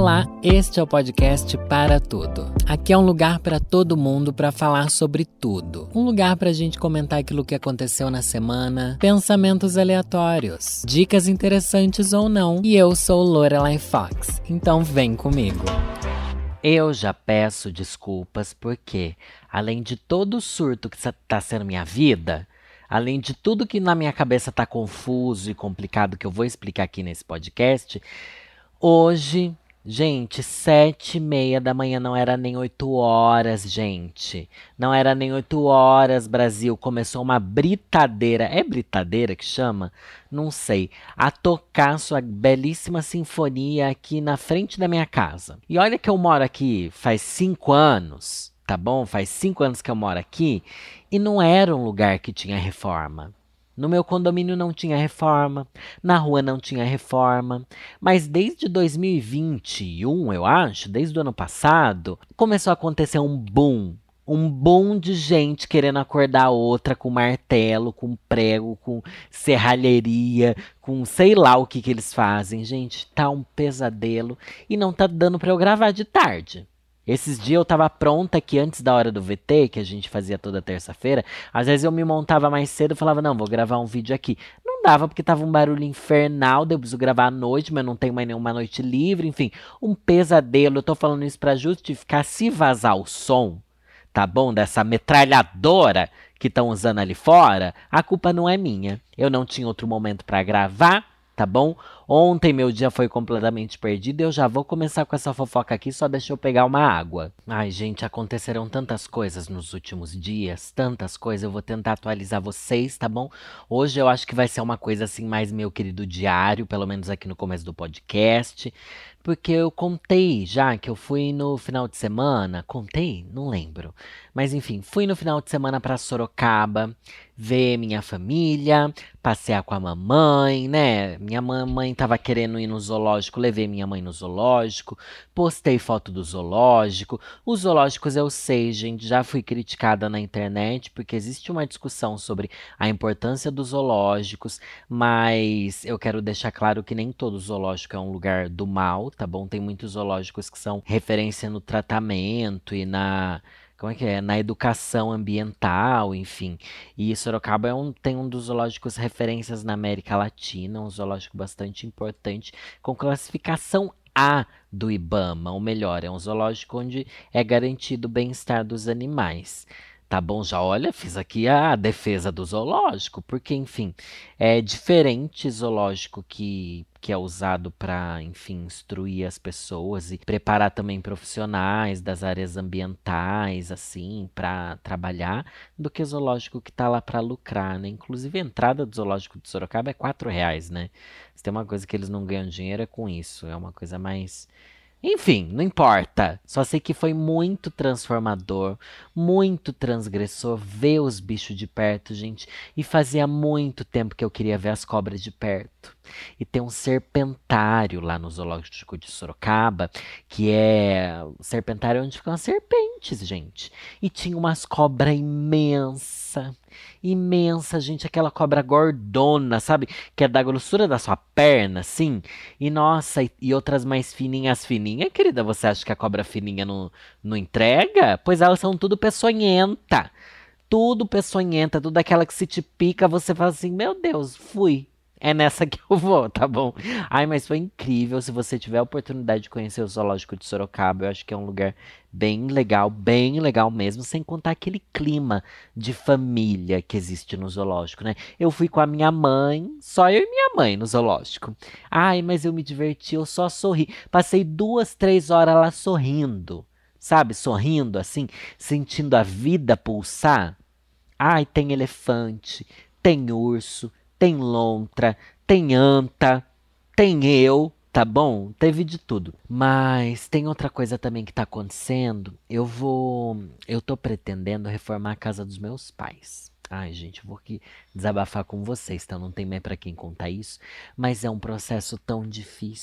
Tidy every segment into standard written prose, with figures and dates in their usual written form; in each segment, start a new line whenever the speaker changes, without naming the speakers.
Olá, este é o podcast Para Tudo. Aqui é um lugar para todo mundo para falar sobre tudo. Um lugar para a gente comentar aquilo que aconteceu na semana, pensamentos aleatórios, dicas interessantes ou não. E eu sou Lorelai Fox, então vem comigo. Eu já peço desculpas porque, além de todo o surto que está sendo minha vida, além de tudo que na minha cabeça está confuso e complicado que eu vou explicar aqui nesse podcast, hoje, gente, 7h30 da manhã, não era nem 8 horas, gente. Não era nem 8 horas, Brasil. Começou uma britadeira, é britadeira que chama? Não sei. A tocar sua belíssima sinfonia aqui na frente da minha casa. E olha que eu moro aqui faz 5 anos, tá bom? Faz 5 anos que eu moro aqui e não era um lugar que tinha reforma. No meu condomínio não tinha reforma, na rua não tinha reforma, mas desde 2021, eu acho, desde o ano passado, começou a acontecer um boom de gente querendo acordar a outra com martelo, com prego, com serralheria, com sei lá o que eles fazem. Gente, tá um pesadelo e não tá dando pra eu gravar de tarde. Esses dias eu tava pronta aqui antes da hora do VT, que a gente fazia toda terça-feira. Às vezes eu me montava mais cedo e falava, não, vou gravar um vídeo aqui. Não dava porque tava um barulho infernal, eu preciso gravar à noite, mas não tenho mais nenhuma noite livre. Enfim, um pesadelo. Eu tô falando isso pra justificar se vazar o som, tá bom? Dessa metralhadora que estão usando ali fora, a culpa não é minha. Eu não tinha outro momento pra gravar. Tá bom? Ontem meu dia foi completamente perdido e eu já vou começar com essa fofoca aqui, só deixa eu pegar uma água. Ai, gente, aconteceram tantas coisas nos últimos dias, tantas coisas, eu vou tentar atualizar vocês, tá bom? Hoje eu acho que vai ser uma coisa assim mais meu querido diário, pelo menos aqui no começo do podcast, porque eu contei já que eu fui no final de semana, contei? Não lembro. Mas enfim, fui no final de semana pra Sorocaba, ver minha família, passear com a mamãe, né? Minha mamãe tava querendo ir no zoológico, levei minha mãe no zoológico, postei foto do zoológico. Os zoológicos eu sei, gente, já fui criticada na internet, porque existe uma discussão sobre a importância dos zoológicos, mas eu quero deixar claro que nem todo zoológico é um lugar do mal, tá bom? Tem muitos zoológicos que são referência no tratamento e na... Como é que é? Na educação ambiental, enfim. E Sorocaba tem um dos zoológicos referências na América Latina, um zoológico bastante importante, com classificação A do IBAMA, ou melhor, é um zoológico onde é garantido o bem-estar dos animais. Tá bom? Já olha, fiz aqui a defesa do zoológico, porque, enfim, é diferente zoológico que é usado para, enfim, instruir as pessoas e preparar também profissionais das áreas ambientais, assim, para trabalhar, do que zoológico que tá lá para lucrar, né? Inclusive, a entrada do zoológico de Sorocaba é R$ 4, né? Se tem uma coisa que eles não ganham dinheiro é com isso, é uma coisa mais... Enfim, não importa. Só sei que foi muito transformador, muito transgressor ver os bichos de perto, gente. E fazia muito tempo que eu queria ver as cobras de perto. E tem um serpentário lá no zoológico de Sorocaba, que é o serpentário onde ficam as serpentes, gente. E tinha umas cobras imensas. Imensa, gente, aquela cobra gordona, sabe? Que é da grossura da sua perna, assim. E nossa, e outras mais fininhas, fininha, querida. Você acha que a cobra fininha não entrega? Pois elas são tudo peçonhenta. Tudo peçonhenta, tudo aquela que se te pica, você fala assim, meu Deus, fui. É nessa que eu vou, tá bom? Ai, mas foi incrível. Se você tiver a oportunidade de conhecer o Zoológico de Sorocaba, eu acho que é um lugar bem legal mesmo, sem contar aquele clima de família que existe no zoológico, né? Eu fui com a minha mãe, só eu e minha mãe no zoológico. Ai, mas eu me diverti, eu só sorri. Passei 2, 3 horas lá sorrindo, sabe? Sorrindo assim, sentindo a vida pulsar. Ai, tem elefante, tem urso, tem lontra, tem anta, tem eu, tá bom? Teve de tudo. Mas tem outra coisa também que tá acontecendo. Eu tô pretendendo reformar a casa dos meus pais. Ai, gente, eu vou aqui desabafar com vocês, então não tem mais pra quem contar isso. Mas é um processo tão difícil.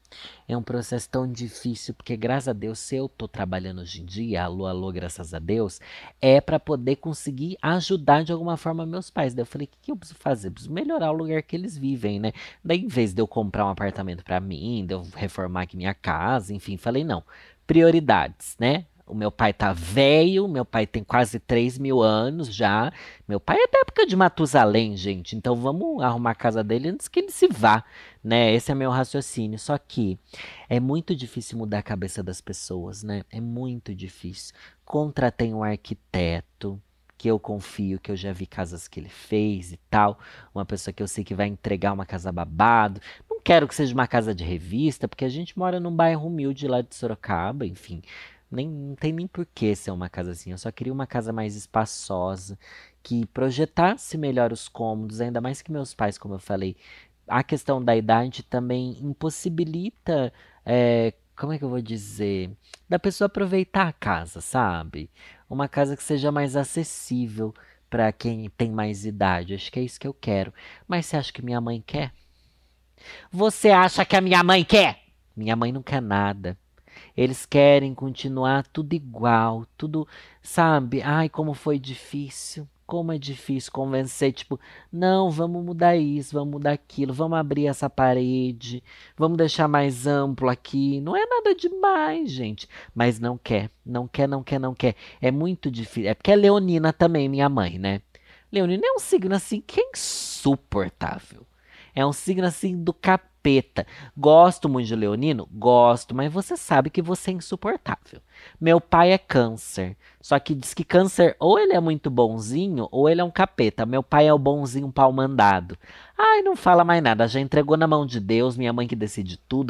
É um processo tão difícil, porque graças a Deus, se eu tô trabalhando hoje em dia, alô, alô, graças a Deus, é para poder conseguir ajudar de alguma forma meus pais. Daí eu falei, o que, que eu preciso fazer? Eu preciso melhorar o lugar que eles vivem, né? Daí, em vez de eu comprar um apartamento para mim, de eu reformar aqui minha casa, enfim, falei, não, prioridades, né? O meu pai tá velho, meu pai tem quase 3.000 anos já. Meu pai é da época de Matusalém, gente. Então vamos arrumar a casa dele antes que ele se vá, né? Esse é meu raciocínio. Só que é muito difícil mudar a cabeça das pessoas, né? É muito difícil. Contratei um arquiteto que eu confio, que eu já vi casas que ele fez e tal. Uma pessoa que eu sei que vai entregar uma casa babado. Não quero que seja uma casa de revista, porque a gente mora num bairro humilde lá de Sorocaba, enfim. Não tem nem por que ser uma casa assim. Eu só queria uma casa mais espaçosa, que projetasse melhor os cômodos, ainda mais que meus pais, como eu falei, a questão da idade também impossibilita, como é que eu vou dizer, da pessoa aproveitar a casa, sabe? Uma casa que seja mais acessível para quem tem mais idade. Acho que é isso que eu quero. Mas você acha que minha mãe quer? Você acha que a minha mãe quer? Minha mãe não quer nada. Eles querem continuar tudo igual, tudo, sabe? Ai, como foi difícil. Como é difícil convencer, tipo, não, vamos mudar isso, vamos mudar aquilo, vamos abrir essa parede, vamos deixar mais amplo aqui. Não é nada demais, gente. Mas não quer, não quer, não quer, não quer. É muito difícil. É porque é leonina também, minha mãe, né? Leonina é um signo assim que é insuportável. É um signo assim do capeta. Gosto muito de leonino? Gosto, mas você sabe que você é insuportável. Meu pai é câncer. Só que diz que câncer ou ele é muito bonzinho ou ele é um capeta. Meu pai é o bonzinho pau mandado. Ai, não fala mais nada. Já entregou na mão de Deus. Minha mãe que decide tudo.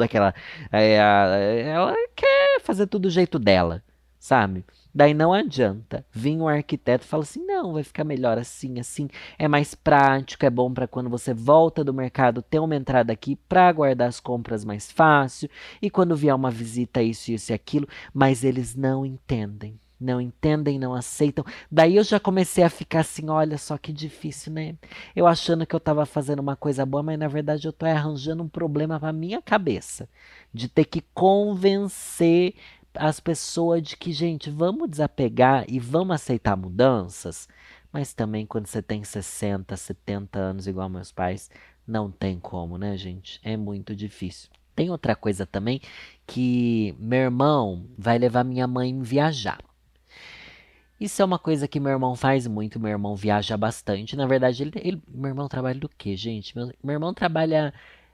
Ela quer fazer tudo do jeito dela, sabe? Daí não adianta. Vinha um arquiteto e fala assim: não, vai ficar melhor assim, assim. É mais prático, é bom para quando você volta do mercado ter uma entrada aqui para guardar as compras mais fácil. E quando vier uma visita, isso e aquilo. Mas eles não entendem. Não entendem, não aceitam. Daí eu já comecei a ficar assim: olha só que difícil, né? Eu achando que eu tava fazendo uma coisa boa, mas na verdade eu tô arranjando um problema pra minha cabeça. De ter que convencer as pessoas de que, gente, vamos desapegar e vamos aceitar mudanças, mas também quando você tem 60, 70 anos, igual meus pais, não tem como, né, gente? É muito difícil. Tem outra coisa também que meu irmão vai levar minha mãe viajar. Isso é uma coisa que meu irmão faz muito, meu irmão viaja bastante. Na verdade, meu irmão trabalha do quê, gente? Meu irmão trabalha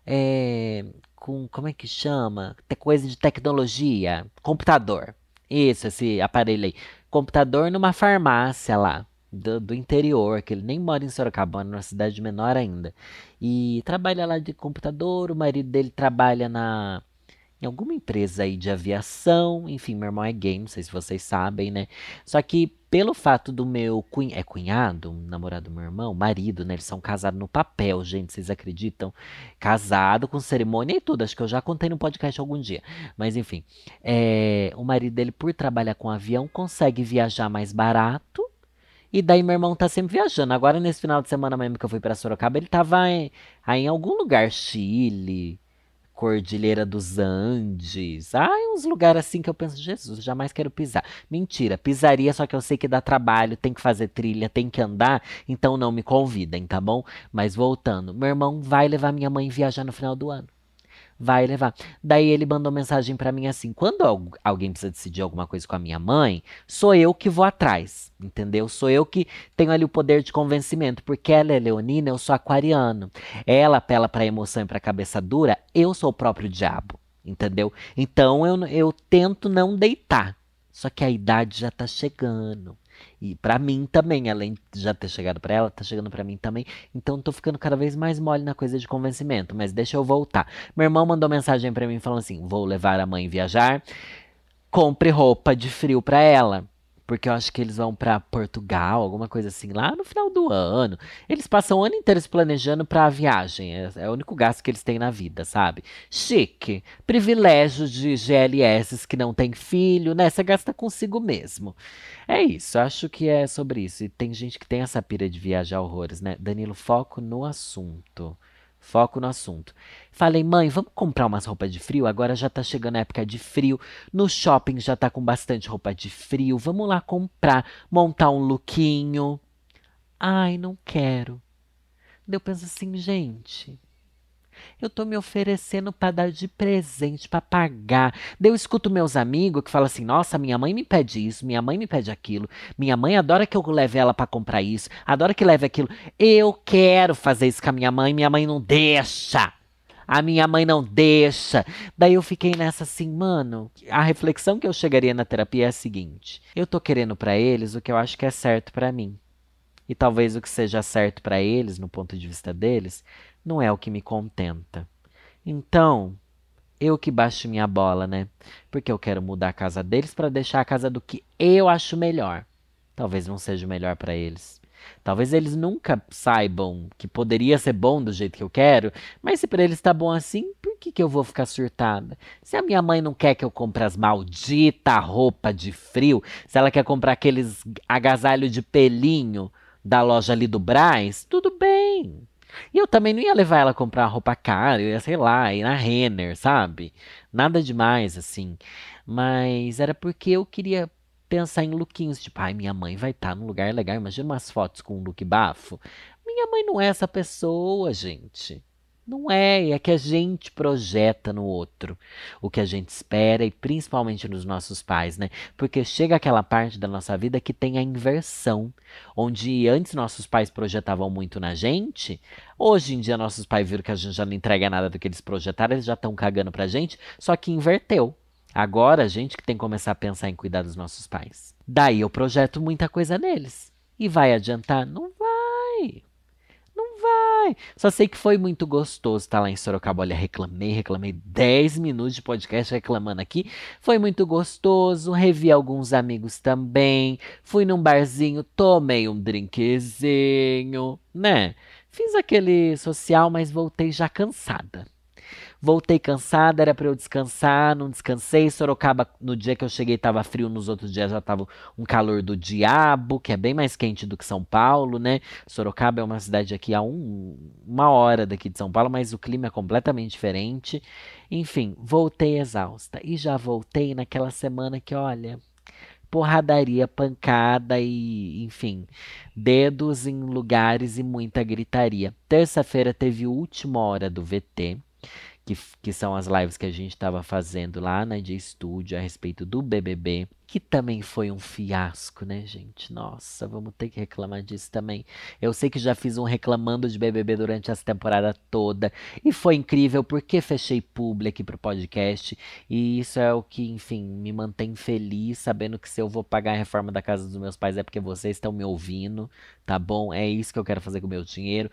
com, como é que chama? Coisa de tecnologia, computador. Isso, esse aparelho aí. Computador numa farmácia lá, do interior, que ele nem mora em Sorocaba, numa cidade menor ainda. E trabalha lá de computador, o marido dele trabalha em alguma empresa aí de aviação, enfim, meu irmão é gay, não sei se vocês sabem, né? Só que pelo fato do meu cunhado, namorado do meu irmão, marido, né? Eles são casados no papel, gente, vocês acreditam? Casado com cerimônia e tudo, acho que eu já contei no podcast algum dia. Mas enfim, o marido dele, por trabalhar com avião, consegue viajar mais barato. E daí meu irmão tá sempre viajando. Agora, nesse final de semana mesmo que eu fui pra Sorocaba, ele tava aí em algum lugar, Chile, Cordilheira dos Andes. Ai, uns lugares assim que eu penso, Jesus, jamais quero pisar. Mentira, pisaria, só que eu sei que dá trabalho, tem que fazer trilha, tem que andar, então não me convidem, tá bom? Mas voltando, meu irmão vai levar minha mãe viajar no final do ano. Vai levar. Daí ele mandou mensagem pra mim assim: quando alguém precisa decidir alguma coisa com a minha mãe, sou eu que vou atrás, entendeu? Sou eu que tenho ali o poder de convencimento, porque ela é leonina, eu sou aquariano. Ela apela pra emoção e pra cabeça dura, eu sou o próprio diabo, entendeu? Então eu tento não deitar. Só que a idade já tá chegando. E pra mim também, além de já ter chegado pra ela, tá chegando pra mim também. Então tô ficando cada vez mais mole na coisa de convencimento. Mas deixa eu voltar. Meu irmão mandou mensagem pra mim falando assim: vou levar a mãe viajar. Compre roupa de frio pra ela. Porque eu acho que eles vão pra Portugal, alguma coisa assim, lá no final do ano. Eles passam o ano inteiro se planejando pra viagem. É o único gasto que eles têm na vida, sabe? Chique. Privilégios de GLS que não tem filho, né? Você gasta consigo mesmo. É isso, acho que é sobre isso. E tem gente que tem essa pira de viajar horrores, né? Danilo, foco no assunto. Foco no assunto. Falei, mãe, vamos comprar umas roupas de frio? Agora já tá chegando a época de frio. No shopping já tá com bastante roupa de frio. Vamos lá comprar, montar um lookinho. Ai, não quero. Daí eu penso assim, gente, eu tô me oferecendo pra dar de presente, pra pagar. Daí eu escuto meus amigos que falam assim: nossa, minha mãe me pede isso, minha mãe me pede aquilo. Minha mãe adora que eu leve ela pra comprar isso, adora que leve aquilo. Eu quero fazer isso com a minha mãe não deixa. A minha mãe não deixa. Daí eu fiquei nessa assim, mano. A reflexão que eu chegaria na terapia é a seguinte: eu tô querendo pra eles o que eu acho que é certo pra mim. E talvez o que seja certo para eles, no ponto de vista deles, não é o que me contenta. Então, eu que baixo minha bola, né? Porque eu quero mudar a casa deles para deixar a casa do que eu acho melhor. Talvez não seja o melhor para eles. Talvez eles nunca saibam que poderia ser bom do jeito que eu quero, mas se para eles tá bom assim, por que eu vou ficar surtada? Se a minha mãe não quer que eu compre as malditas roupa de frio, se ela quer comprar aqueles agasalho de pelinho da loja ali do Brás, tudo bem. E eu também não ia levar ela a comprar roupa cara, eu ia, sei lá, ir na Renner, sabe? Nada demais, assim. Mas era porque eu queria pensar em lookinhos, tipo, ai, minha mãe vai estar num lugar legal, imagina umas fotos com um look bafo. Minha mãe não é essa pessoa, gente. Não é, é que a gente projeta no outro o que a gente espera e principalmente nos nossos pais, né? Porque chega aquela parte da nossa vida que tem a inversão, onde antes nossos pais projetavam muito na gente, hoje em dia nossos pais viram que a gente já não entrega nada do que eles projetaram, eles já estão cagando pra gente, só que inverteu. Agora a gente que tem que começar a pensar em cuidar dos nossos pais. Daí eu projeto muita coisa neles. E vai adiantar? Não vai. Não vai. Só sei que foi muito gostoso estar lá em Sorocaba. Olha, reclamei 10 minutos de podcast reclamando aqui. Foi muito gostoso. Revi alguns amigos também. Fui num barzinho, tomei um drinkzinho, né? Fiz aquele social, mas voltei já cansada. Voltei cansada, era pra eu descansar, não descansei. Sorocaba, no dia que eu cheguei, tava frio, nos outros dias já tava um calor do diabo, que é bem mais quente do que São Paulo, né? Sorocaba é uma cidade aqui a uma hora daqui de São Paulo, mas o clima é completamente diferente. Enfim, voltei exausta. E já voltei naquela semana que, olha, porradaria, pancada e, enfim, dedos em lugares e muita gritaria. Terça-feira teve última hora do VT que são as lives que a gente estava fazendo lá na de estúdio a respeito do BBB, que também foi um fiasco, né, gente? Nossa, vamos ter que reclamar disso também. Eu sei que já fiz um reclamando de BBB durante essa temporada toda e foi incrível porque fechei publi aqui pro podcast e isso é o que, enfim, me mantém feliz, sabendo que se eu vou pagar a reforma da casa dos meus pais é porque vocês estão me ouvindo, tá bom? É isso que eu quero fazer com o meu dinheiro.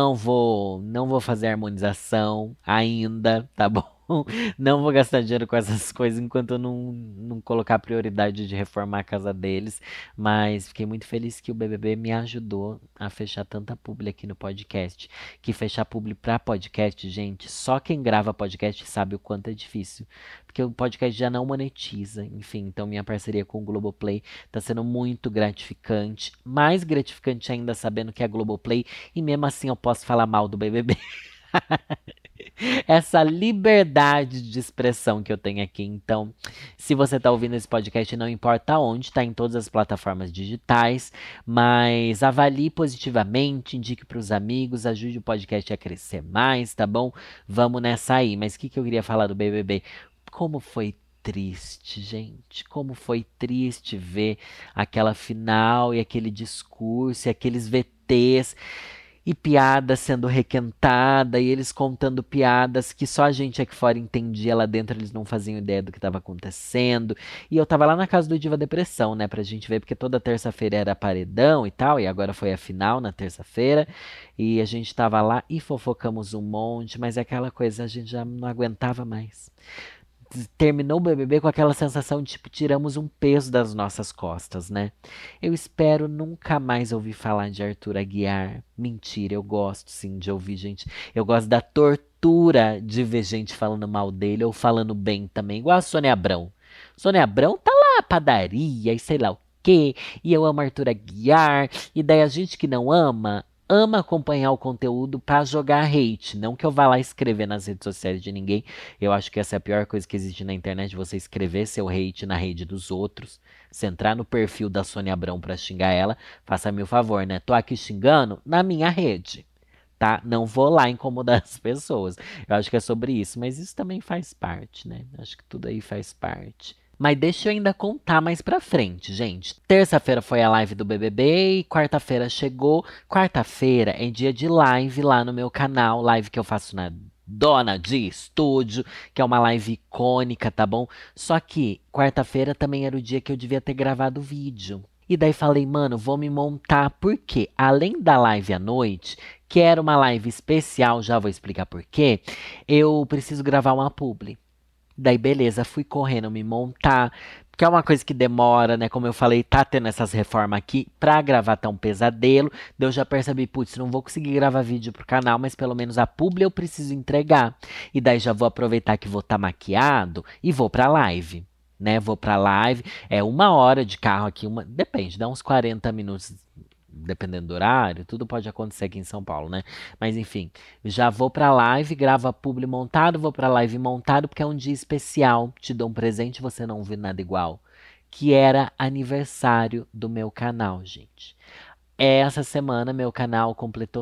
Não vou fazer harmonização ainda, tá bom? Não vou gastar dinheiro com essas coisas enquanto eu não colocar a prioridade de reformar a casa deles. Mas fiquei muito feliz que o BBB me ajudou a fechar tanta publi aqui no podcast. Que fechar publi pra podcast, gente, só quem grava podcast sabe o quanto é difícil. Porque o podcast já não monetiza. Enfim, então minha parceria com o Globoplay tá sendo muito gratificante. Mais gratificante ainda sabendo que é a Globoplay. E mesmo assim eu posso falar mal do BBB. Essa liberdade de expressão que eu tenho aqui. Então, se você está ouvindo esse podcast, não importa onde, está em todas as plataformas digitais, mas avalie positivamente, indique para os amigos, ajude o podcast a crescer mais, tá bom? Vamos nessa aí. Mas o que eu queria falar do BBB? Como foi triste, gente. Como foi triste ver aquela final e aquele discurso e aqueles VTs. E piada sendo requentada, e eles contando piadas que só a gente aqui fora entendia, lá dentro eles não faziam ideia do que estava acontecendo. E eu tava lá na casa do Diva Depressão, né, pra gente ver, porque toda terça-feira era paredão e tal, e agora foi a final na terça-feira. E a gente tava lá e fofocamos um monte, mas é aquela coisa, a gente já não aguentava mais. Terminou o BBB com aquela sensação de, tipo, tiramos um peso das nossas costas, né? Eu espero nunca mais ouvir falar de Arthur Aguiar. Mentira, eu gosto sim de ouvir gente. Eu gosto da tortura de ver gente falando mal dele ou falando bem também, igual a Sônia Abrão. Sônia Abrão tá lá, padaria e sei lá o quê. E eu amo Arthur Aguiar. E daí a gente que não ama ama acompanhar o conteúdo pra jogar hate. Não que eu vá lá escrever nas redes sociais de ninguém. Eu acho que essa é a pior coisa que existe na internet, você escrever seu hate na rede dos outros. Se entrar no perfil da Sônia Abrão pra xingar ela, faça-me o favor, né? Tô aqui xingando na minha rede, tá? Não vou lá incomodar as pessoas. Eu acho que é sobre isso, mas isso também faz parte, né? Acho que tudo aí faz parte. Mas deixa eu ainda contar mais pra frente, gente. Terça-feira foi a live do BBB e quarta-feira chegou. Quarta-feira é dia de live lá no meu canal, live que eu faço na Dona de Estúdio, que é uma live icônica, tá bom? Só que quarta-feira também era o dia que eu devia ter gravado o vídeo. E daí falei, mano, vou me montar, porque além da live à noite, que era uma live especial, já vou explicar por quê, eu preciso gravar uma publi. Daí, beleza, fui correndo me montar, porque é uma coisa que demora, né? Como eu falei, tá tendo essas reformas aqui pra gravar tá um pesadelo. Daí eu já percebi, putz, não vou conseguir gravar vídeo pro canal, mas pelo menos a publi eu preciso entregar. E daí já vou aproveitar que vou estar maquiado e vou pra live. Né, vou pra live, é 1 hora de carro aqui, depende, dá uns 40 minutos, dependendo do horário, tudo pode acontecer aqui em São Paulo, né? Mas enfim, já vou pra live, gravo a publi montado, vou pra live montado, porque é um dia especial, te dou um presente, você não viu nada igual, que era aniversário do meu canal, gente. Essa semana meu canal completou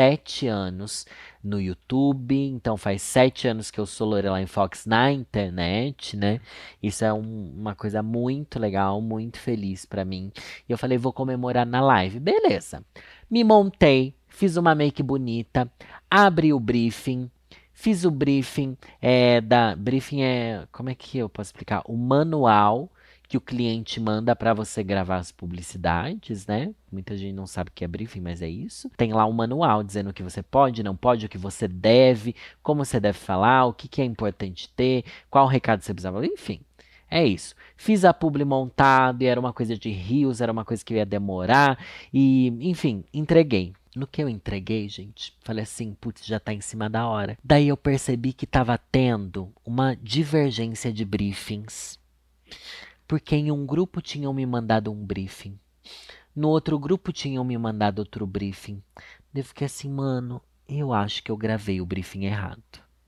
7 anos no YouTube, então faz 7 anos que eu sou Lorelai Fox na internet, né? Isso é uma coisa muito legal, muito feliz pra mim. E eu falei, vou comemorar na live. Beleza. Me montei, fiz uma make bonita, abri o briefing, fiz o briefing, briefing é, como é que eu posso explicar? O manual que o cliente manda para você gravar as publicidades, né? Muita gente não sabe o que é briefing, mas é isso. Tem lá um manual dizendo o que você pode, não pode, o que você deve, como você deve falar, o que é importante ter, qual recado você precisava, enfim. É isso. Fiz a publi montada e era uma coisa de rios, era uma coisa que ia demorar e, enfim, entreguei. No que eu entreguei, gente, falei assim, putz, já tá em cima da hora. Daí eu percebi que tava tendo uma divergência de briefings. Porque em um grupo tinham me mandado um briefing. No outro grupo tinham me mandado outro briefing. Eu fiquei assim, mano, eu acho que eu gravei o briefing errado.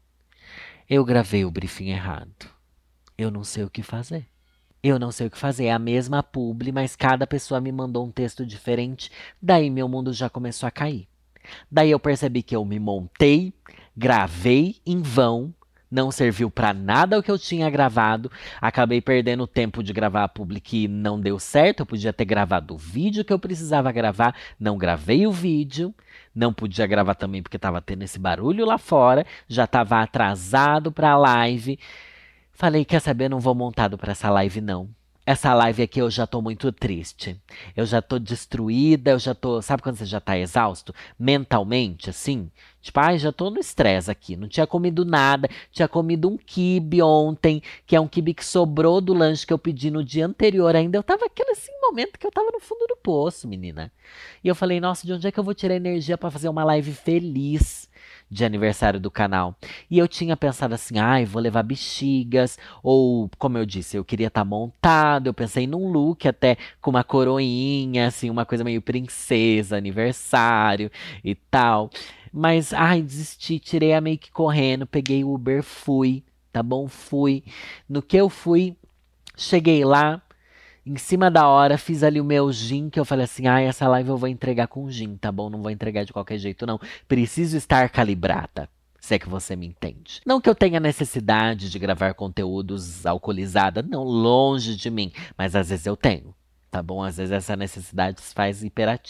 Eu gravei o briefing errado. Eu não sei o que fazer. Eu não sei o que fazer. É a mesma publi, mas cada pessoa me mandou um texto diferente. Daí meu mundo já começou a cair. Daí eu percebi que eu me montei, gravei em vão, não serviu pra nada o que eu tinha gravado. Acabei perdendo o tempo de gravar a publi que não deu certo. Eu podia ter gravado o vídeo que eu precisava gravar. Não gravei o vídeo. Não podia gravar também porque tava tendo esse barulho lá fora. Já tava atrasado pra live. Falei, quer saber? Não vou montado pra essa live, não. Essa live aqui eu já tô muito triste. Eu já tô destruída, eu já tô. Sabe quando você já tá exausto? Mentalmente, assim? Tipo, ai, já tô no estresse aqui. Não tinha comido nada. Tinha comido um quibe ontem, que é um quibe que sobrou do lanche que eu pedi no dia anterior ainda. Eu tava aquele assim, momento que eu tava no fundo do poço, menina. E eu falei, nossa, de onde é que eu vou tirar energia pra fazer uma live feliz de aniversário do canal? E eu tinha pensado assim, ai, vou levar bexigas, ou, como eu disse, eu queria estar montado, eu pensei num look até com uma coroinha, assim, uma coisa meio princesa, aniversário e tal. Mas, ai, desisti, tirei a make correndo, peguei o Uber, fui, tá bom? Fui. No que eu fui, cheguei lá, em cima da hora, fiz ali o meu gin, que eu falei assim, ah, essa live eu vou entregar com gin, tá bom? Não vou entregar de qualquer jeito, não. Preciso estar calibrada, se é que você me entende. Não que eu tenha necessidade de gravar conteúdos alcoolizada, não, longe de mim. Mas às vezes eu tenho, tá bom? Às vezes essa necessidade se faz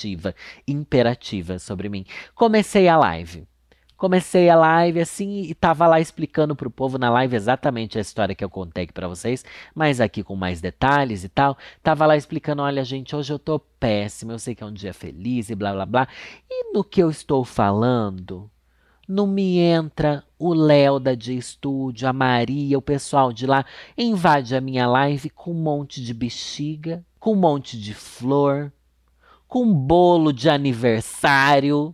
imperativa sobre mim. Comecei a live assim e tava lá explicando pro povo na live exatamente a história que eu contei aqui pra vocês, mas aqui com mais detalhes e tal. Tava lá explicando, olha gente, hoje eu tô péssimo, eu sei que é um dia feliz e blá blá blá. E no que eu estou falando, não me entra o Léo da de Estúdio, a Maria, o pessoal de lá, invade a minha live com um monte de bexiga, com um monte de flor, com um bolo de aniversário.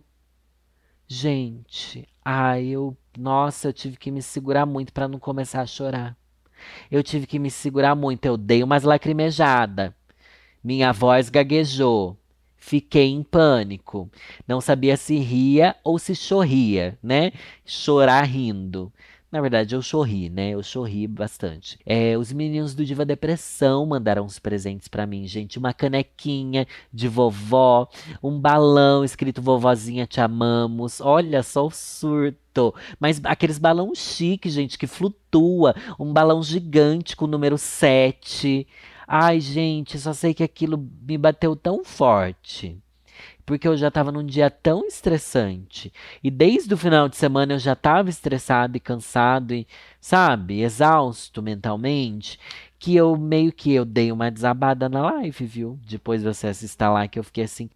Gente, nossa, eu tive que me segurar muito para não começar a chorar. Eu tive que me segurar muito, eu dei umas lacrimejadas. Minha voz gaguejou. Fiquei em pânico. Não sabia se ria ou se chorria, né? Chorar rindo. Na verdade, eu chorri, né? Eu chorri bastante. Os meninos do Diva Depressão mandaram uns presentes pra mim, gente. Uma canequinha de vovó, um balão escrito Vovozinha Te Amamos. Olha só o surto. Mas aqueles balão chique, gente, que flutua. Um balão gigante com o número 7. Ai, gente, só sei que aquilo me bateu tão forte. Porque eu já estava num dia tão estressante. E desde o final de semana eu já estava estressado e cansado e, sabe, exausto mentalmente, que eu meio que eu dei uma desabada na live, viu? Depois de você assistir lá, que eu fiquei assim,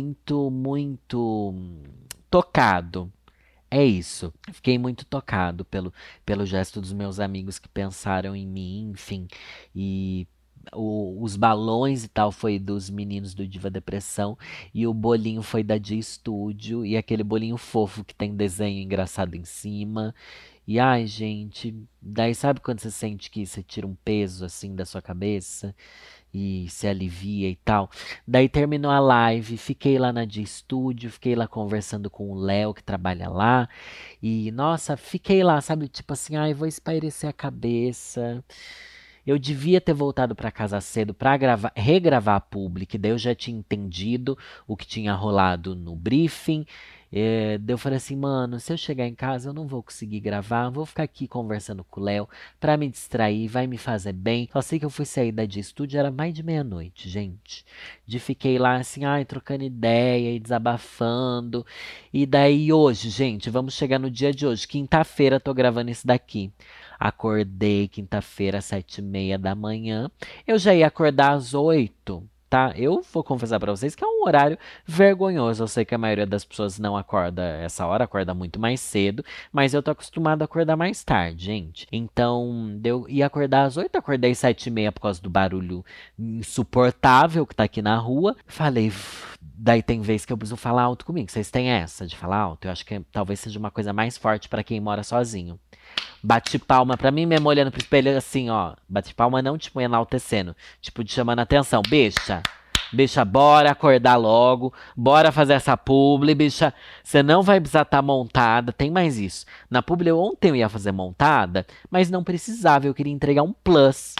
muito tocado. É isso. Fiquei muito tocado pelo gesto dos meus amigos que pensaram em mim, enfim. E os balões e tal foi dos meninos do Diva Depressão. E o bolinho foi da Dia Studio. E aquele bolinho fofo que tem desenho engraçado em cima. E ai, gente, daí sabe quando você sente que você tira um peso assim da sua cabeça? E se alivia e tal. Daí terminou a live, fiquei lá na de estúdio, fiquei lá conversando com o Léo que trabalha lá. E nossa, fiquei lá, sabe, tipo assim, ai, vou espairecer a cabeça. Eu devia ter voltado para casa cedo para regravar a publi, daí eu já tinha entendido o que tinha rolado no briefing. Daí eu falei assim, mano, se eu chegar em casa eu não vou conseguir gravar, vou ficar aqui conversando com o Léo para me distrair, vai me fazer bem. Só sei que eu fui sair da de estúdio, era mais de meia-noite, gente. De fiquei lá assim, ai, trocando ideia e desabafando. E daí hoje, gente, vamos chegar no dia de hoje, quinta-feira, tô gravando isso daqui. Acordei quinta-feira às 7h30 da manhã. Eu já ia acordar às 8, tá? Eu vou confessar pra vocês que é um horário vergonhoso. Eu sei que a maioria das pessoas não acorda essa hora, acorda muito mais cedo, mas eu tô acostumado a acordar mais tarde, gente. Então, eu ia acordar às 8, acordei às 7h30 por causa do barulho insuportável que tá aqui na rua. Falei, daí tem vez que eu preciso falar alto comigo. Vocês têm essa de falar alto? Eu acho que talvez seja uma coisa mais forte pra quem mora sozinho. Bate palma pra mim, mesmo olhando pro espelho assim, ó. Bate palma não, tipo, enaltecendo. Tipo, te chamando a atenção. Bicha, bicha, bora acordar logo. Bora fazer essa publi, bicha. Você não vai precisar estar montada. Tem mais isso. Na publi, ontem eu ia fazer montada, mas não precisava. Eu queria entregar um plus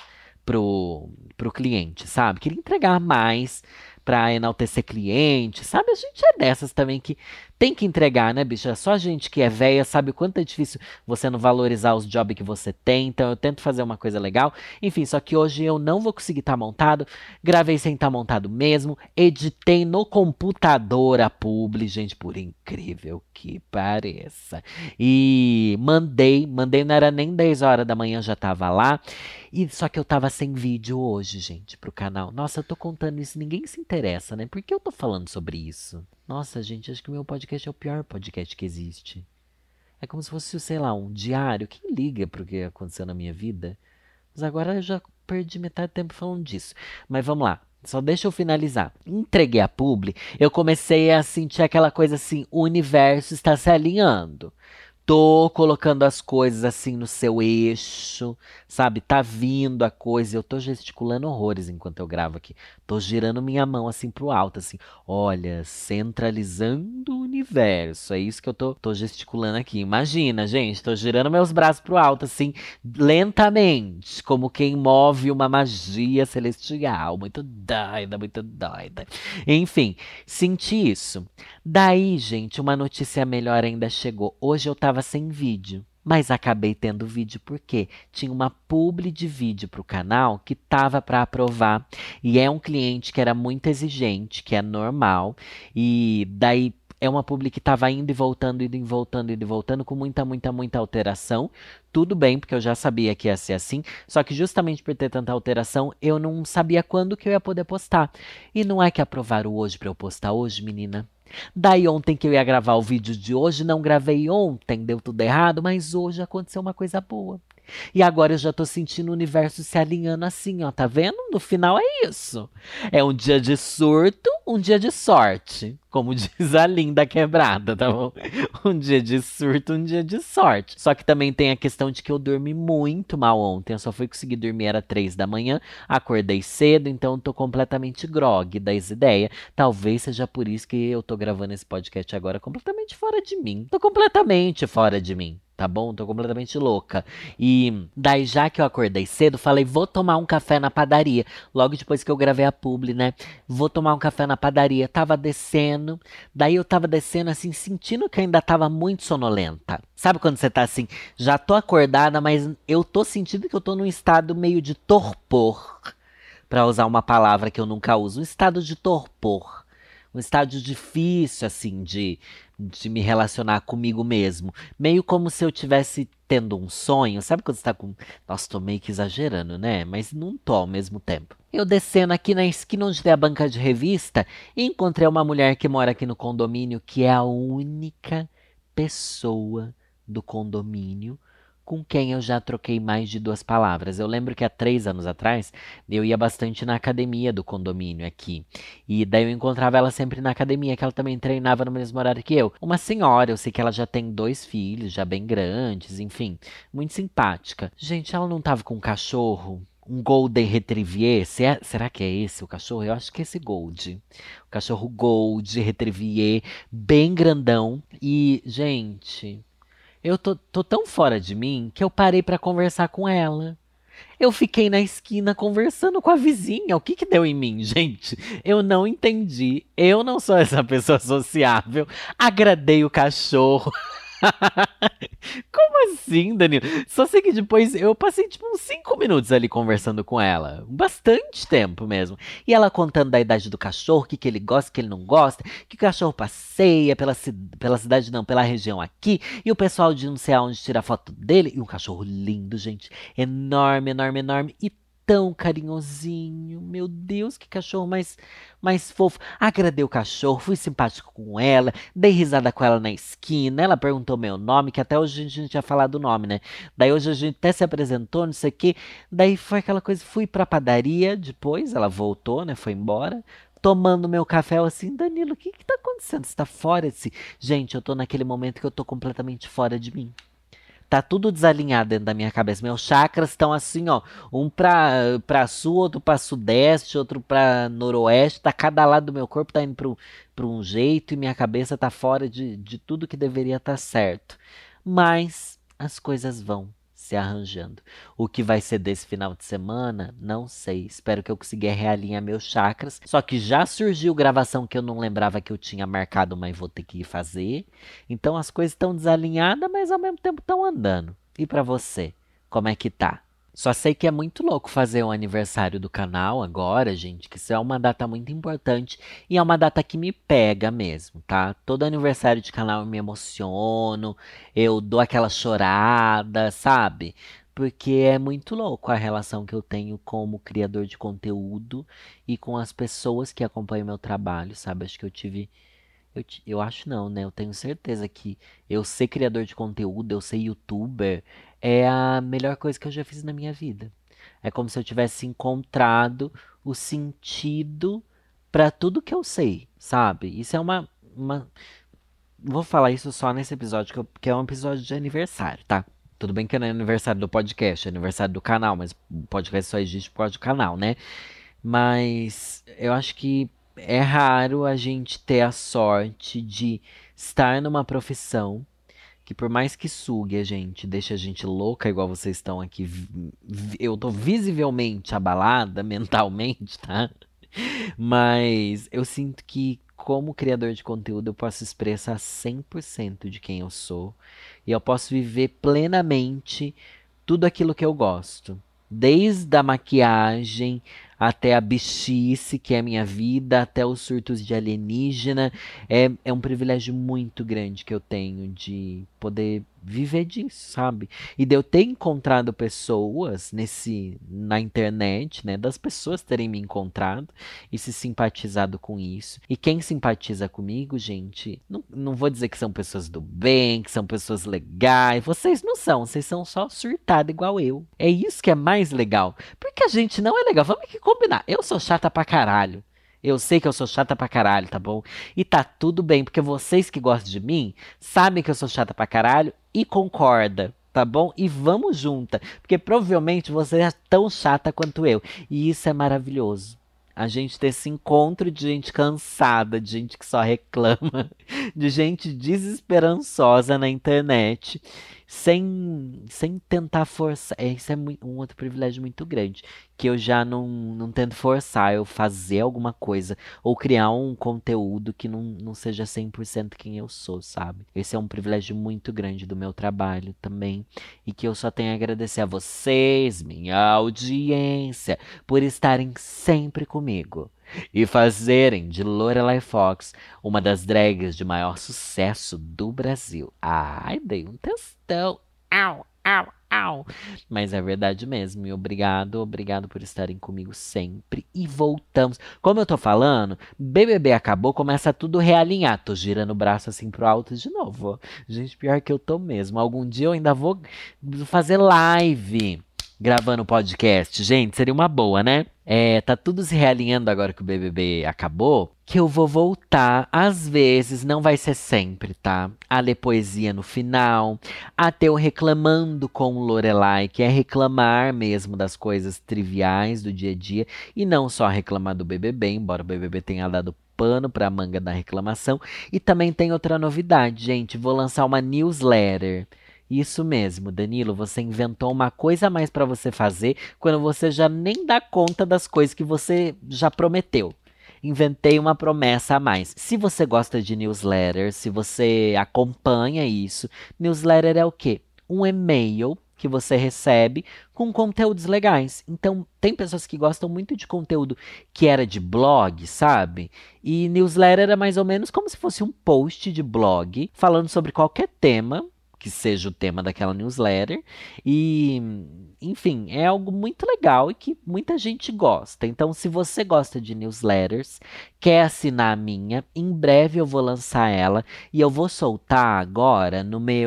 pro cliente, sabe? Queria entregar mais pra enaltecer cliente, sabe? A gente é dessas também que tem que entregar, né, bicha? Só a gente que é velha sabe o quanto é difícil você não valorizar os jobs que você tem. Então eu tento fazer uma coisa legal. Enfim, só que hoje eu não vou conseguir estar montado. Gravei sem estar montado mesmo. Editei no computador a publi, gente, por incrível que pareça. E mandei, não era nem 10 horas da manhã, já tava lá. E só que eu tava sem vídeo hoje, gente, pro canal. Nossa, eu tô contando isso, ninguém se interessa, né? Por que eu tô falando sobre isso? Nossa, gente, acho que o meu podcast é o pior podcast que existe. É como se fosse, sei lá, um diário. Quem liga pro que aconteceu na minha vida? Mas agora eu já perdi metade do tempo falando disso. Mas vamos lá. Só deixa eu finalizar. Entreguei a publi, eu comecei a sentir aquela coisa assim, o universo está se alinhando. Tô colocando as coisas assim no seu eixo, sabe? Tá vindo a coisa. Eu tô gesticulando horrores enquanto eu gravo aqui. Tô girando minha mão assim pro alto, assim. Olha, centralizando o universo. É isso que eu tô gesticulando aqui. Imagina, gente. Tô girando meus braços pro alto, assim, lentamente. Como quem move uma magia celestial. Muito doida, muito doida. Enfim, senti isso. Daí, gente, uma notícia melhor ainda chegou. Hoje eu tava sem vídeo, mas acabei tendo vídeo porque tinha uma publi de vídeo pro canal que tava para aprovar e é um cliente que era muito exigente, que é normal, e daí é uma publi que tava indo e voltando, indo e voltando, indo e voltando, com muita alteração. Tudo bem, porque eu já sabia que ia ser assim, só que justamente por ter tanta alteração, eu não sabia quando que eu ia poder postar. E não é que aprovaram hoje para eu postar hoje, menina? Daí ontem que eu ia gravar o vídeo de hoje, não gravei ontem, deu tudo errado, mas hoje aconteceu uma coisa boa. E agora eu já tô sentindo o universo se alinhando assim, ó, tá vendo? No final é isso. É um dia de surto, um dia de sorte. Como diz a Linda Quebrada, tá bom? Um dia de surto, um dia de sorte. Só que também tem a questão de que eu dormi muito mal ontem. Eu só fui conseguir dormir, era 3 da manhã. Acordei cedo, então tô completamente grog das ideias. Talvez seja por isso que eu tô gravando esse podcast agora completamente fora de mim. Tô completamente fora de mim. Tá bom? Tô completamente louca. E daí, já que eu acordei cedo, falei, vou tomar um café na padaria. Logo depois que eu gravei a publi, né? Vou tomar um café na padaria. Tava descendo. Daí eu tava descendo assim, sentindo que eu ainda tava muito sonolenta. Sabe quando você tá assim, já tô acordada, mas eu tô sentindo que eu tô num estado meio de torpor. Pra usar uma palavra que eu nunca uso. Um estado de torpor. Um estado difícil, assim, de me relacionar comigo mesmo. Meio como se eu tivesse tendo um sonho. Sabe quando você tá com. Nossa, tô meio que exagerando, né? Mas não tô ao mesmo tempo. Eu descendo aqui na esquina onde tem a banca de revista e encontrei uma mulher que mora aqui no condomínio, que é a única pessoa do condomínio com quem eu já troquei mais de 2 palavras. Eu lembro que há 3 anos atrás eu ia bastante na academia do condomínio aqui. E daí eu encontrava ela sempre na academia, que ela também treinava no mesmo horário que eu. Uma senhora, eu sei que ela já tem 2 filhos, já bem grandes, enfim, muito simpática. Gente, ela não tava com um cachorro? Um Golden Retriever? Será que é esse o cachorro? Eu acho que é esse Gold. O cachorro Gold Retriever, bem grandão. E, gente, eu tô tão fora de mim que eu parei pra conversar com ela. Eu fiquei na esquina conversando com a vizinha. O que que deu em mim, gente? Eu não entendi. Eu não sou essa pessoa sociável. Agradei o cachorro. Como assim, Danilo? Só sei que depois eu passei tipo uns 5 minutos ali conversando com ela. Bastante tempo mesmo. E ela contando da idade do cachorro, o que, que ele gosta, o que ele não gosta, que o cachorro passeia pela cidade, não, pela região aqui. E o pessoal de não sei aonde tira foto dele. E um cachorro lindo, gente. Enorme, enorme, enorme. E tão carinhosinho. Meu Deus, que cachorro mais fofo. Agradei o cachorro, fui simpático com ela, dei risada com ela na esquina. Ela perguntou meu nome, que até hoje a gente não tinha falado o nome, né? Daí hoje a gente até se apresentou, não sei o quê. Daí foi aquela coisa, fui pra padaria depois, ela voltou, né? Foi embora. Tomando meu café, eu assim, Danilo, o que que tá acontecendo? Você tá fora desse... Gente, eu tô naquele momento que eu tô completamente fora de mim. Tá tudo desalinhado dentro da minha cabeça. Meus chakras estão assim, ó. Um pra sul, outro pra sudeste, outro pra noroeste. Tá cada lado do meu corpo tá indo pra um jeito e minha cabeça tá fora de tudo que deveria estar certo. Mas as coisas vão se arranjando. O que vai ser desse final de semana, não sei. Espero que eu consiga realinhar meus chakras. Só que já surgiu gravação que eu não lembrava que eu tinha marcado, mas vou ter que ir fazer. Então as coisas estão desalinhadas, mas ao mesmo tempo estão andando. E pra você, como é que tá? Só sei que é muito louco fazer o aniversário do canal agora, gente, que isso é uma data muito importante e é uma data que me pega mesmo, tá? Todo aniversário de canal eu me emociono, eu dou aquela chorada, sabe? Porque é muito louco a relação que eu tenho como criador de conteúdo e com as pessoas que acompanham meu trabalho, sabe? Acho que eu tive eu acho não, né? Eu tenho certeza que eu ser criador de conteúdo, eu ser youtuber, é a melhor coisa que eu já fiz na minha vida. É como se eu tivesse encontrado o sentido pra tudo que eu sei, sabe? Isso é uma... Vou falar isso só nesse episódio, que é um episódio de aniversário, tá? Tudo bem que não é aniversário do podcast, é aniversário do canal, mas o podcast só existe por causa do canal, né? Mas eu acho que é raro a gente ter a sorte de estar numa profissão que, por mais que sugue a gente, deixe a gente louca, igual vocês estão aqui. Eu tô visivelmente abalada mentalmente, tá? Mas eu sinto que, como criador de conteúdo, eu posso expressar 100% de quem eu sou. E eu posso viver plenamente tudo aquilo que eu gosto. Desde a maquiagem até a bichice, que é a minha vida, até os surtos de alienígena. É um privilégio muito grande que eu tenho de poder viver disso, sabe? E de eu ter encontrado pessoas na internet, né? Das pessoas terem me encontrado e se simpatizado com isso. E quem simpatiza comigo, gente, não vou dizer que são pessoas do bem, que são pessoas legais. Vocês não são, vocês são só surtados igual eu. É isso que é mais legal. Porque a gente não é legal. Vamos aqui combinar. Eu sou chata pra caralho. Eu sei que eu sou chata pra caralho, tá bom? E tá tudo bem, porque vocês que gostam de mim sabem que eu sou chata pra caralho e concorda, tá bom? E vamos junta, porque provavelmente você é tão chata quanto eu. E isso é maravilhoso. A gente ter esse encontro de gente cansada, de gente que só reclama, de gente desesperançosa na internet, sem tentar forçar. Isso é um outro privilégio muito grande, que eu já não tento forçar eu fazer alguma coisa ou criar um conteúdo que não seja 100% quem eu sou, sabe? Esse é um privilégio muito grande do meu trabalho também, e que eu só tenho a agradecer a vocês, minha audiência, por estarem sempre comigo e fazerem de Lorelai Fox uma das drags de maior sucesso do Brasil. Ai, dei um textão. Au, au, au. Mas é verdade mesmo. E obrigado por estarem comigo sempre. E voltamos. Como eu tô falando, BBB acabou, começa tudo realinhar. Tô girando o braço assim pro alto de novo. Ó. Gente, pior que eu tô mesmo. Algum dia eu ainda vou fazer live gravando podcast. Gente, seria uma boa, né? Tá tudo se realinhando agora que o BBB acabou, que eu vou voltar, às vezes, não vai ser sempre, tá? A ler poesia no final, a ter o Reclamando com Lorelai, que é reclamar mesmo das coisas triviais do dia a dia, e não só reclamar do BBB, embora o BBB tenha dado pano pra manga da reclamação. E também tem outra novidade, gente, vou lançar uma newsletter. Isso mesmo, Danilo, você inventou uma coisa a mais para você fazer quando você já nem dá conta das coisas que você já prometeu. Inventei uma promessa a mais. Se você gosta de newsletter, se você acompanha isso, newsletter é o quê? Um e-mail que você recebe com conteúdos legais. Então, tem pessoas que gostam muito de conteúdo que era de blog, sabe? E newsletter é mais ou menos como se fosse um post de blog falando sobre qualquer tema que seja o tema daquela newsletter. E, enfim, é algo muito legal e que muita gente gosta. Então, se você gosta de newsletters, quer assinar a minha, em breve eu vou lançar ela e eu vou soltar agora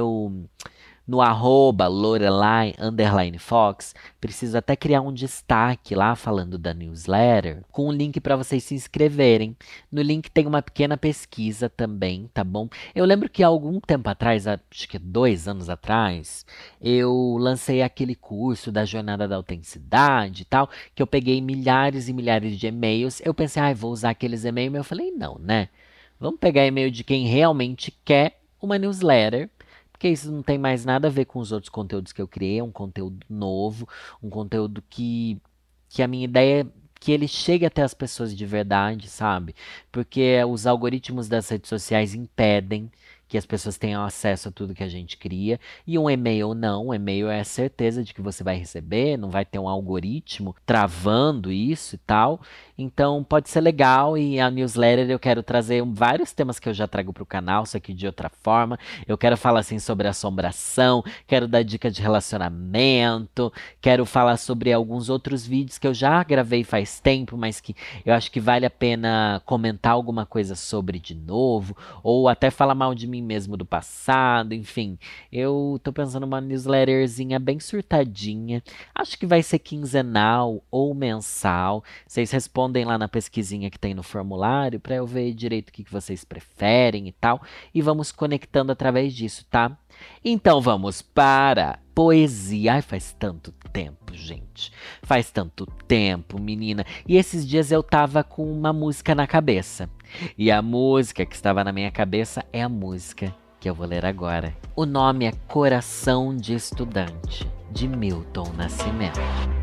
no arroba Lorelai_Fox, preciso até criar um destaque lá falando da newsletter, com um link para vocês se inscreverem. No link tem uma pequena pesquisa também, tá bom? Eu lembro que há algum tempo atrás, acho que 2 anos atrás, eu lancei aquele curso da Jornada da Autenticidade e tal, que eu peguei milhares e milhares de e-mails. Eu pensei, vou usar aqueles e-mails, mas eu falei, não, né? Vamos pegar e-mail de quem realmente quer uma newsletter, porque isso não tem mais nada a ver com os outros conteúdos que eu criei, é um conteúdo novo, um conteúdo que a minha ideia é que ele chegue até as pessoas de verdade, sabe? Porque os algoritmos das redes sociais impedem que as pessoas tenham acesso a tudo que a gente cria. E um e-mail não, um e-mail é a certeza de que você vai receber, não vai ter um algoritmo travando isso e tal. Então pode ser legal, e a newsletter eu quero trazer vários temas que eu já trago para o canal, só que de outra forma. Eu quero falar assim sobre assombração, quero dar dica de relacionamento, quero falar sobre alguns outros vídeos que eu já gravei faz tempo, mas que eu acho que vale a pena comentar alguma coisa sobre de novo, ou até falar mal de mim mesmo do passado, enfim. Eu tô pensando numa newsletterzinha bem surtadinha. Acho que vai ser quinzenal ou mensal. Vocês respondem lá na pesquisinha que tem no formulário para eu ver direito o que vocês preferem e tal. E vamos conectando através disso, tá? Então vamos para poesia. Ai, faz tanto tempo, gente. Faz tanto tempo, menina. E esses dias eu tava com uma música na cabeça. E a música que estava na minha cabeça é a música que eu vou ler agora. O nome é Coração de Estudante, de Milton Nascimento.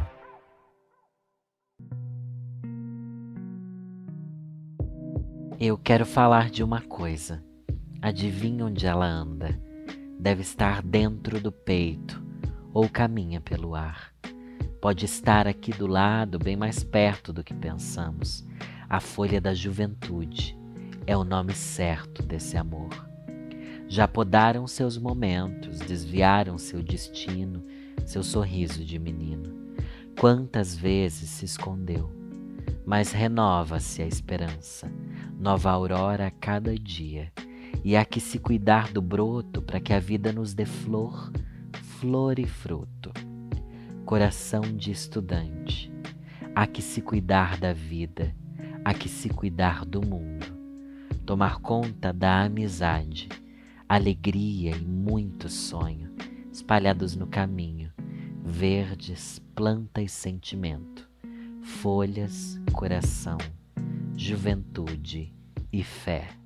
Eu quero falar de uma coisa. Adivinha onde ela anda? Deve estar dentro do peito ou caminha pelo ar. Pode estar aqui do lado, bem mais perto do que pensamos. A folha da juventude é o nome certo desse amor. Já podaram seus momentos, desviaram seu destino, seu sorriso de menino. Quantas vezes se escondeu, mas renova-se a esperança, nova aurora a cada dia. E há que se cuidar do broto para que a vida nos dê flor, flor e fruto. Coração de estudante, há que se cuidar da vida, há que se cuidar do mundo. Tomar conta da amizade, alegria e muito sonho, espalhados no caminho, verdes, planta e sentimento, folhas, coração, juventude e fé.